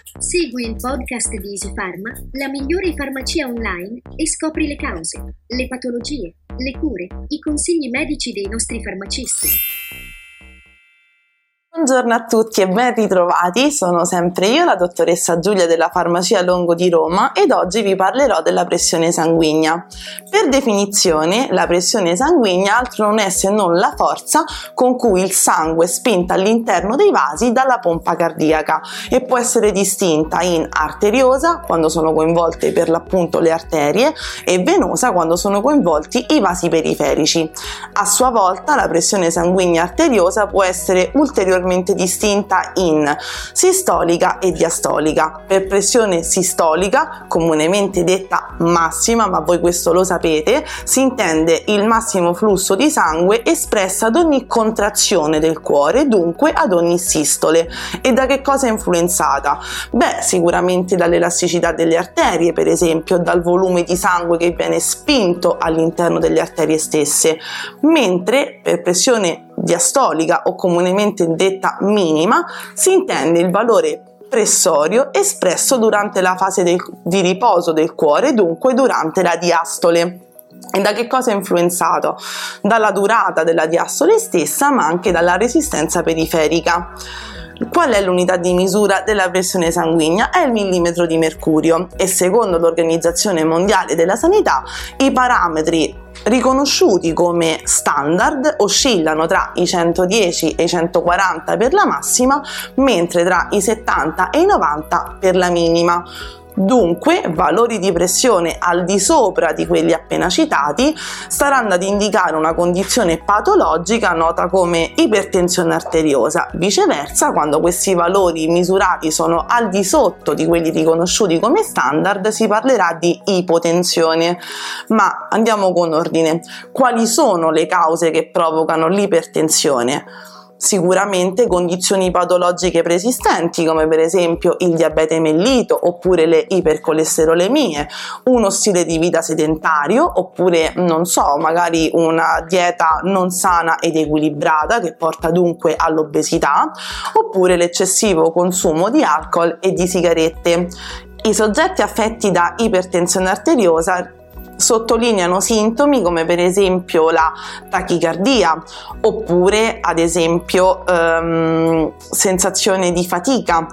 Segui il podcast di EasyPharma, la migliore farmacia online, e scopri le cause, le patologie, le cure, i consigli medici dei nostri farmacisti. Buongiorno a tutti e ben ritrovati, sono sempre io, la dottoressa Giulia della Farmacia Longo di Roma, ed oggi vi parlerò della pressione sanguigna. Per definizione, la pressione sanguigna altro non è se non la forza con cui il sangue è spinto all'interno dei vasi dalla pompa cardiaca e può essere distinta in arteriosa, quando sono coinvolte per l'appunto le arterie, e venosa, quando sono coinvolti i vasi periferici. A sua volta, la pressione sanguigna arteriosa può essere ulteriormente distinta in sistolica e diastolica. Per pressione sistolica, comunemente detta massima, ma voi questo lo sapete, si intende il massimo flusso di sangue espresso ad ogni contrazione del cuore, dunque ad ogni sistole. E da che cosa è influenzata? Sicuramente dall'elasticità delle arterie, per esempio, dal volume di sangue che viene spinto all'interno delle arterie stesse, mentre per pressione diastolica, o comunemente detta minima, si intende il valore pressorio espresso durante la fase di riposo del cuore, dunque durante la diastole. E da che cosa è influenzato? Dalla durata della diastole stessa, ma anche dalla resistenza periferica. Qual è l'unità di misura della pressione sanguigna? È il millimetro di mercurio, e secondo l'Organizzazione Mondiale della Sanità i parametri riconosciuti come standard oscillano tra i 110 e i 140 per la massima, mentre tra i 70 e i 90 per la minima. Dunque, valori di pressione al di sopra di quelli appena citati staranno ad indicare una condizione patologica nota come ipertensione arteriosa. Viceversa, quando questi valori misurati sono al di sotto di quelli riconosciuti come standard, si parlerà di ipotensione. Ma andiamo con ordine. Quali sono le cause che provocano l'ipertensione? Sicuramente condizioni patologiche preesistenti, come per esempio il diabete mellito oppure le ipercolesterolemie, uno stile di vita sedentario oppure magari una dieta non sana ed equilibrata che porta dunque all'obesità, oppure l'eccessivo consumo di alcol e di sigarette. I soggetti affetti da ipertensione arteriosa sottolineano sintomi come per esempio la tachicardia oppure ad esempio sensazione di fatica.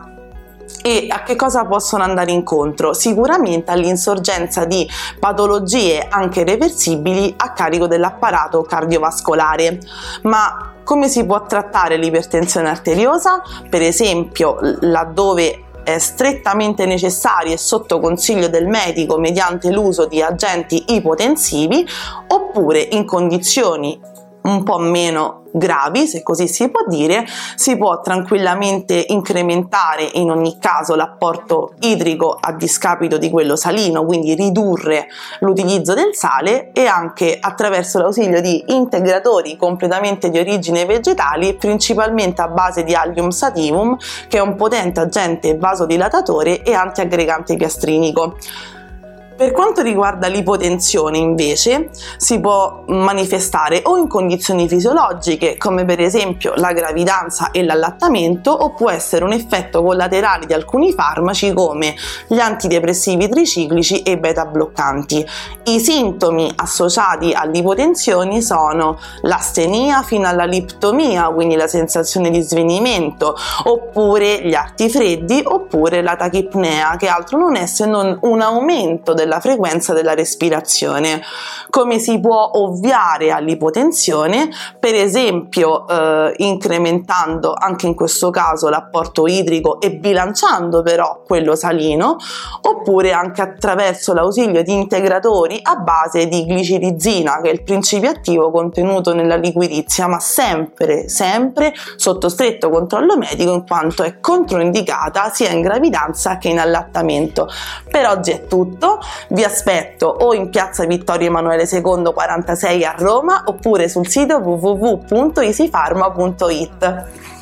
E a che cosa possono andare incontro? Sicuramente all'insorgenza di patologie anche reversibili a carico dell'apparato cardiovascolare. Ma come si può trattare l'ipertensione arteriosa? Per esempio, laddove è strettamente necessario e sotto consiglio del medico mediante l'uso di agenti ipotensivi, oppure in condizioni un po' meno gravi, se così si può dire, si può tranquillamente incrementare in ogni caso l'apporto idrico a discapito di quello salino, quindi ridurre l'utilizzo del sale, e anche attraverso l'ausilio di integratori completamente di origine vegetali, principalmente a base di Allium sativum, che è un potente agente vasodilatatore e antiaggregante gastrinico. Per quanto riguarda l'ipotensione, invece, si può manifestare o in condizioni fisiologiche, come per esempio la gravidanza e l'allattamento, o può essere un effetto collaterale di alcuni farmaci come gli antidepressivi triciclici e beta bloccanti. I sintomi associati all'ipotensione sono l'astenia fino alla liptomia, quindi la sensazione di svenimento, oppure gli arti freddi, oppure la tachipnea, che altro non è se non un aumento della frequenza della respirazione. Come si può ovviare all'ipotensione? Per esempio incrementando anche in questo caso l'apporto idrico e bilanciando però quello salino, oppure anche attraverso l'ausilio di integratori a base di glicirizzina, che è il principio attivo contenuto nella liquirizia, ma sempre sotto stretto controllo medico, in quanto è controindicata sia in gravidanza che in allattamento. Per oggi è tutto. Vi aspetto o in piazza Vittorio Emanuele II 46 a Roma, oppure sul sito www.easypharma.it.